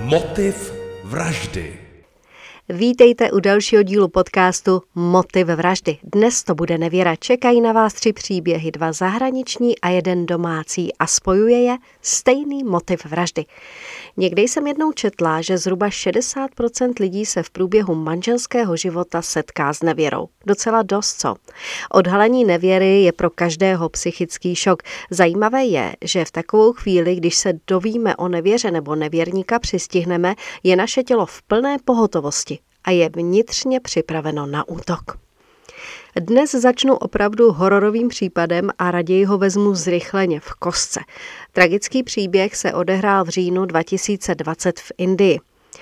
Motiv vraždy. Vítejte u dalšího dílu podcastu Motiv vraždy. Dnes to bude nevěra. Čekají na vás 3 příběhy, 2 zahraniční a 1 domácí a spojuje je stejný motiv vraždy. Někdy jsem jednou četla, že zhruba 60% lidí se v průběhu manželského života setká s nevěrou. Docela dost, co? Odhalení nevěry je pro každého psychický šok. Zajímavé je, že v takovou chvíli, když se dovíme o nevěře nebo nevěrníka přistihneme, je naše tělo v plné pohotovosti a je vnitřně připraveno na útok. Dnes začnu opravdu hororovým případem a raději ho vezmu zrychleně v kostce. Tragický příběh se odehrál v říjnu 2020 v Indii.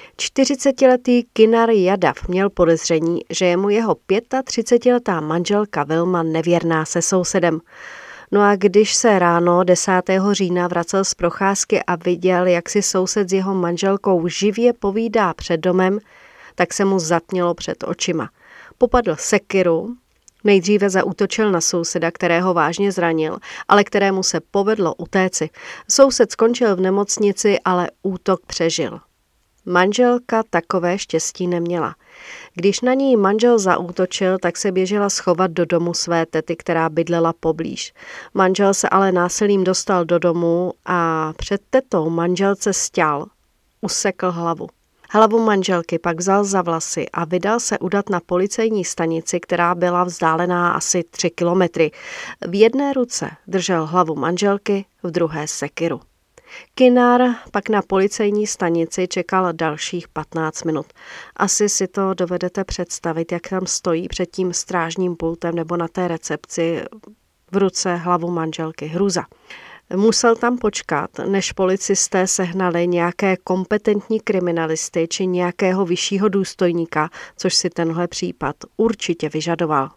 40letý Kinar Yadav měl podezření, že je mu jeho 35letá manželka Vilma nevěrná se sousedem. No a když se ráno 10. října vracel z procházky a viděl, jak si soused s jeho manželkou živě povídá před domem, tak se mu zatmělo před očima. Popadl sekiru, nejdříve zaútočil na souseda, kterého vážně zranil, ale kterému se povedlo utéci. Soused skončil v nemocnici, ale útok přežil. Manželka takové štěstí neměla. Když na ní manžel zaútočil, tak se běžela schovat do domu své tety, která bydlela poblíž. Manžel se ale násilím dostal do domu a před tetou manželce sťal, usekl hlavu. Hlavu manželky pak vzal za vlasy a vydal se udat na policejní stanici, která byla vzdálená asi 3 kilometry. V jedné ruce držel hlavu manželky, v druhé sekiru. Kinar pak na policejní stanici čekal dalších 15 minut. Asi si to dovedete představit, jak tam stojí před tím strážním pultem nebo na té recepci v ruce hlavu manželky. Hrůza. Musel tam počkat, než policisté sehnali nějaké kompetentní kriminalisty či nějakého vyššího důstojníka, což si tenhle případ určitě vyžadoval.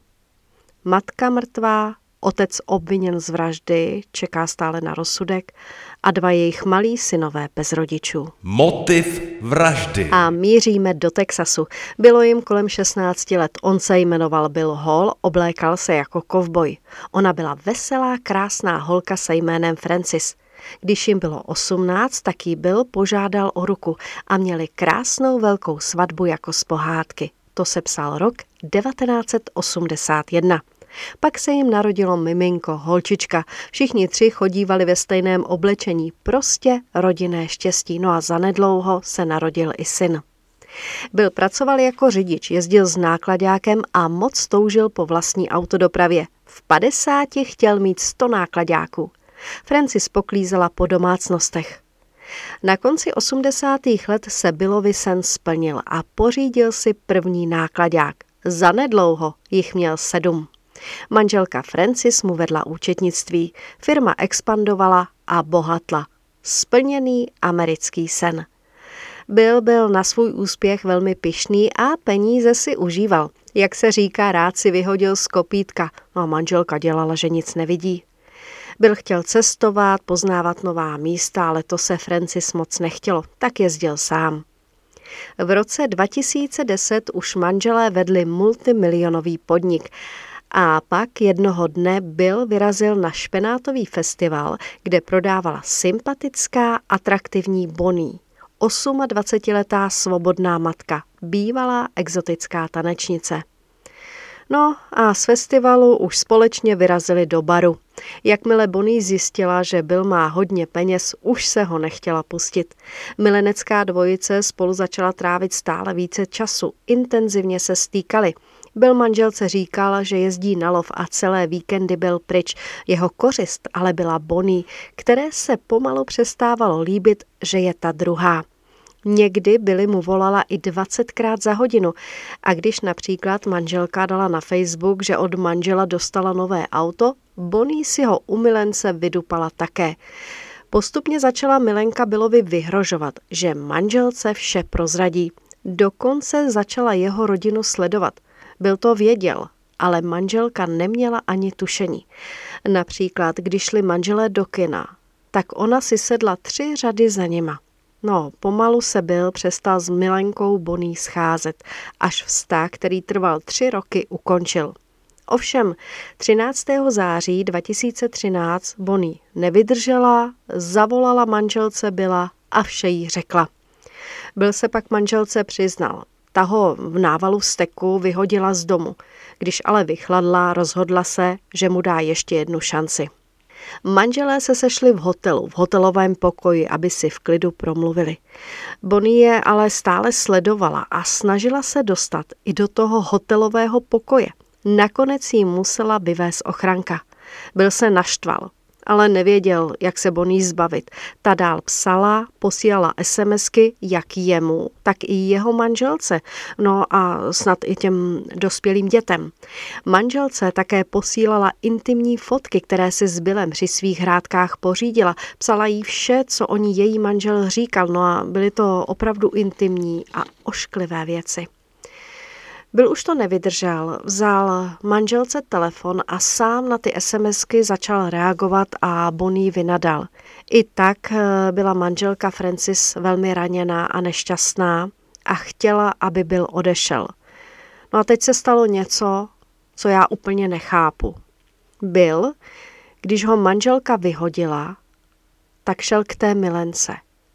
Matka mrtvá, otec obviněn z vraždy, čeká stále na rozsudek a 2 jejich malí synové bez rodičů. Motiv vraždy. A míříme do Texasu. Bylo jim kolem 16 let. On se jmenoval Bill Hall, oblékal se jako kovboj. Ona byla veselá, krásná holka se jménem Francis. Když jim bylo 18, tak jí Bill požádal o ruku a měli krásnou velkou svatbu jako z pohádky. To se psal rok 1981. Pak se jim narodilo miminko, holčička. Všichni 3 chodívali ve stejném oblečení. Prostě rodinné štěstí. No a zanedlouho se narodil i syn. Bill pracoval jako řidič, jezdil s náklaďákem a moc toužil po vlastní autodopravě. V 50 chtěl mít 100 náklaďáků. Francis poklízela po domácnostech. Na konci 80. let se Billovi sen splnil a pořídil si první náklaďák. Zanedlouho jich měl 7. Manželka Francis mu vedla účetnictví, firma expandovala a bohatla. Splněný americký sen. Bill byl na svůj úspěch velmi pyšný a peníze si užíval. Jak se říká, rád si vyhodil z kopítka, no a manželka dělala, že nic nevidí. Bill chtěl cestovat, poznávat nová místa, ale to se Francis moc nechtělo, tak jezdil sám. V roce 2010 už manželé vedli multimilionový podnik. A pak jednoho dne Bill vyrazil na špenátový festival, kde prodávala sympatická, atraktivní Bonnie. 28letá svobodná matka, bývalá exotická tanečnice. No a z festivalu už společně vyrazili do baru. Jakmile Bonnie zjistila, že Bill má hodně peněz, už se ho nechtěla pustit. Milenecká dvojice spolu začala trávit stále více času, intenzivně se stýkali. Bill manželce říkal, že jezdí na lov a celé víkendy byl pryč. Jeho kořist ale byla Bonnie, které se pomalu přestávalo líbit, že je ta druhá. Někdy Billy mu volala i 20krát za hodinu a když například manželka dala na Facebook, že od manžela dostala nové auto, Bonnie si ho u milence vydupala také. Postupně začala milenka Billovi vyhrožovat, že manželce vše prozradí. Dokonce začala jeho rodinu sledovat. Bill to věděl, ale manželka neměla ani tušení. Například, když šli manželé do kina, tak ona si sedla 3 řady za nima. No, pomalu se Bill přestal s milenkou Bonnie scházet, až vztah, který trval 3 roky, ukončil. Ovšem 13. září 2013 Bonnie nevydržela, zavolala manželce Billa a vše jí řekla. Byl se pak manželce přiznal. Ta ho v návalu vzteku vyhodila z domu. Když ale vychladla, rozhodla se, že mu dá ještě jednu šanci. Manželé se sešli v hotelovém pokoji, aby si v klidu promluvili. Bonnie je ale stále sledovala a snažila se dostat i do toho hotelového pokoje. Nakonec jí musela vyvést ochranka. Byl se naštval, ale nevěděl, jak se Bonnie zbavit. Ta dál psala, posílala SMSky jak jemu, tak i jeho manželce, no a snad i těm dospělým dětem. Manželce také posílala intimní fotky, které si s Billem při svých hrádkách pořídila. Psala jí vše, co o ní její manžel říkal, no a byly to opravdu intimní a ošklivé věci. Bill už to nevydržel, vzal manželce telefon a sám na ty SMSky začal reagovat a Bonnie vynadal. I tak byla manželka Francis velmi raněná a nešťastná a chtěla, aby Bill odešel. No a teď se stalo něco, co já úplně nechápu. Bill, když ho manželka vyhodila, tak šel k té milence.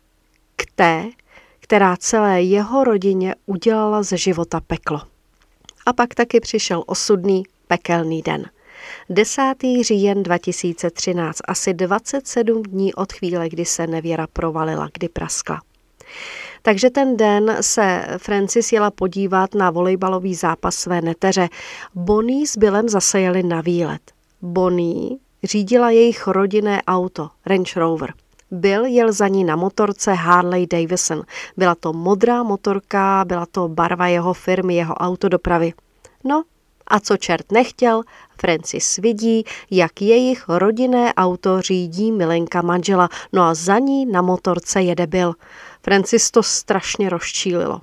K té, která celé jeho rodině udělala ze života peklo. A pak taky přišel osudný, pekelný den. 10. říjen 2013, asi 27 dní od chvíle, kdy se nevěra provalila, kdy praskla. Takže ten den se Francis jela podívat na volejbalový zápas své neteře. Bonnie s Billem zase jeli na výlet. Bonnie řídila jejich rodinné auto, Range Rover. Bill jel za ní na motorce Harley Davidson. Byla to modrá motorka, byla to barva jeho firmy, jeho autodopravy. No a co čert nechtěl, Francis vidí, jak jejich rodinné auto řídí milenka manžela, no a za ní na motorce jede Bill. Francis to strašně rozčílilo.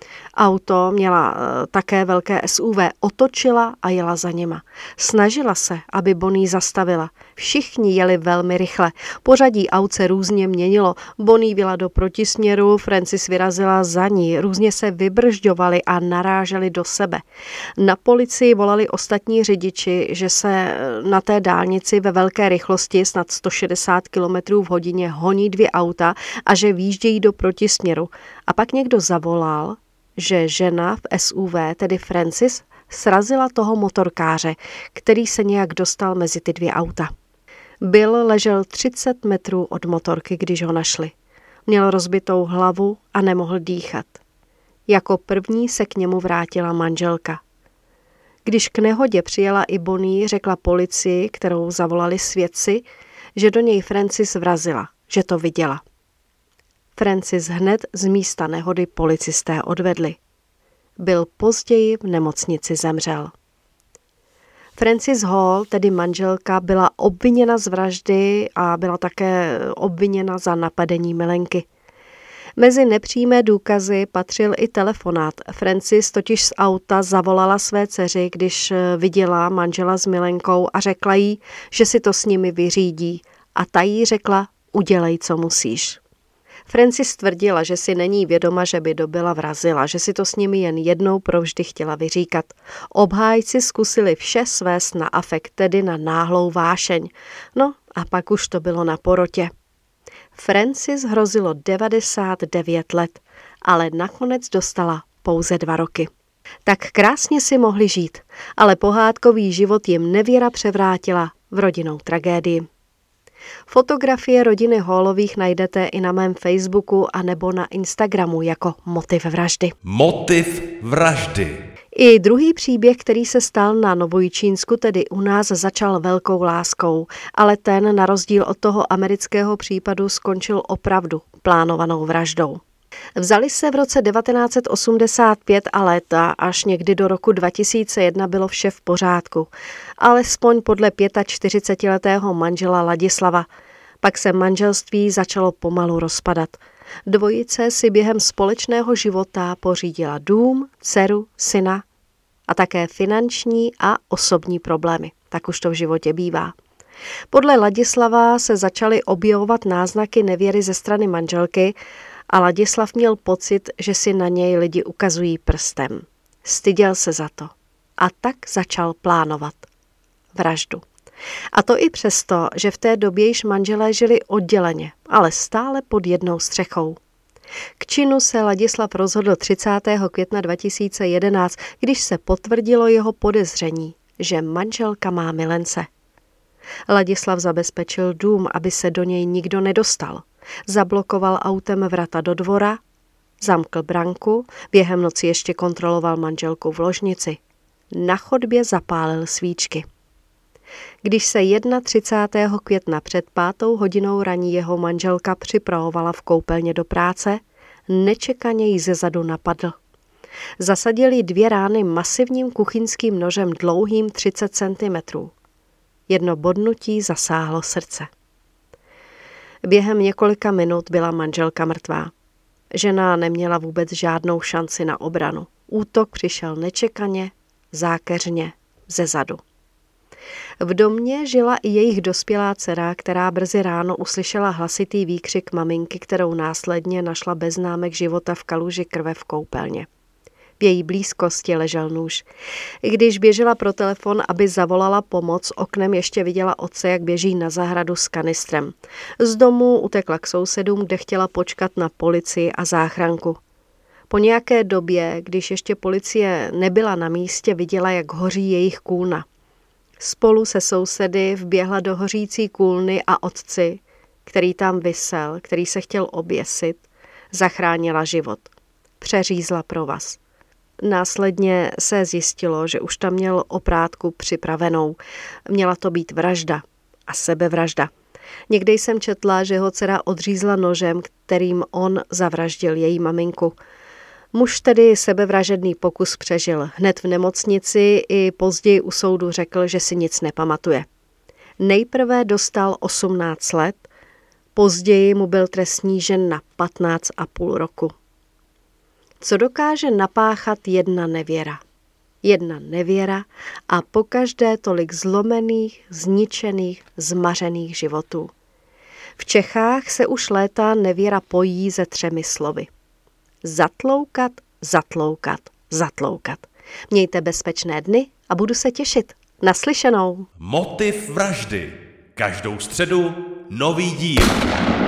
Auto měla také velké SUV, otočila a jela za nima. Snažila se, aby Bonnie zastavila. Všichni jeli velmi rychle. Pořadí aut se různě měnilo. Bonnie byla do protisměru, Francis vyrazila za ní. Různě se vybržďovali a naráželi do sebe. Na policii volali ostatní řidiči, že se na té dálnici ve velké rychlosti, snad 160 km v hodině, honí dvě auta a že výjíždějí do protisměru. A pak někdo zavolal, že žena v SUV, tedy Francis, srazila toho motorkáře, který se nějak dostal mezi ty dvě auta. Bill ležel 30 metrů od motorky, když ho našli. Měl rozbitou hlavu a nemohl dýchat. Jako první se k němu vrátila manželka. Když k nehodě přijela i Bonnie, řekla policii, kterou zavolali svědci, že do něj Francis vrazila, že to viděla. Francis hned z místa nehody policisté odvedli. Bill později v nemocnici zemřel. Francis Hall, tedy manželka, byla obviněna z vraždy a byla také obviněna za napadení milenky. Mezi nepřímé důkazy patřil i telefonát. Francis totiž z auta zavolala své dceři, když viděla manžela s milenkou a řekla jí, že si to s nimi vyřídí. A ta jí řekla, udělej, co musíš. Francis tvrdila, že si není vědoma, že by do Billa vrazila, že si to s nimi jen jednou provždy chtěla vyříkat. Obhájci zkusili vše svést na afekt, tedy na náhlou vášeň. No a pak už to bylo na porotě. Francis hrozilo 99 let, ale nakonec dostala pouze 2 roky. Tak krásně si mohli žít, ale pohádkový život jim nevěra převrátila v rodinnou tragédii. Fotografie rodiny Hallových najdete i na mém Facebooku a nebo na Instagramu jako Motiv vraždy. Motiv vraždy. I druhý příběh, který se stal na Novojičínsku, tedy u nás, začal velkou láskou, ale ten na rozdíl od toho amerického případu skončil opravdu plánovanou vraždou. Vzali se v roce 1985 a léta, až někdy do roku 2001 bylo vše v pořádku. Alespoň podle 45letého manžela Ladislava. Pak se manželství začalo pomalu rozpadat. Dvojice si během společného života pořídila dům, dceru, syna a také finanční a osobní problémy. Tak už to v životě bývá. Podle Ladislava se začaly objevovat náznaky nevěry ze strany manželky a Ladislav měl pocit, že si na něj lidi ukazují prstem. Styděl se za to a tak začal plánovat vraždu. A to i přesto, že v té době již manželé žili odděleně, ale stále pod jednou střechou. K činu se Ladislav rozhodl 30. května 2011, když se potvrdilo jeho podezření, že manželka má milence. Ladislav zabezpečil dům, aby se do něj nikdo nedostal. Zablokoval autem vrata do dvora, zamkl branku, během noci ještě kontroloval manželku v ložnici. Na chodbě zapálil svíčky. Když se 31. května před 5. hodinou raní jeho manželka připravovala v koupelně do práce, nečekaně ji zezadu napadl. Zasadil jí 2 rány masivním kuchyňským nožem dlouhým 30 cm. Jedno bodnutí zasáhlo srdce. Během několika minut byla manželka mrtvá. Žena neměla vůbec žádnou šanci na obranu. Útok přišel nečekaně, zákeřně, zezadu. V domě žila i jejich dospělá dcera, která brzy ráno uslyšela hlasitý výkřik maminky, kterou následně našla bez známek života v kaluži krve v koupelně. V její blízkosti ležel nůž. I když běžela pro telefon, aby zavolala pomoc, oknem ještě viděla otce, jak běží na zahradu s kanistrem. Z domu utekla k sousedům, kde chtěla počkat na policii a záchranku. Po nějaké době, když ještě policie nebyla na místě, viděla, jak hoří jejich kůlna. Spolu se sousedy vběhla do hořící kůlny a otci, který tam visel, který se chtěl oběsit, zachránila život. Přeřízla provaz. Následně se zjistilo, že už tam měl oprátku připravenou. Měla to být vražda a sebevražda. Někdy jsem četla, že ho dcera odřízla nožem, kterým on zavraždil její maminku. Muž tedy sebevražedný pokus přežil. Hned v nemocnici i později u soudu řekl, že si nic nepamatuje. Nejprve dostal 18 let, později mu byl trest snížen na 15,5 roku. Co dokáže napáchat jedna nevěra? Jedna nevěra a pokaždé tolik zlomených, zničených, zmařených životů. V Čechách se už léta nevěra pojí se 3 slovy. Zatloukat, zatloukat, zatloukat. Mějte bezpečné dny a budu se těšit. Naslyšenou. Motiv vraždy. Každou středu nový díl.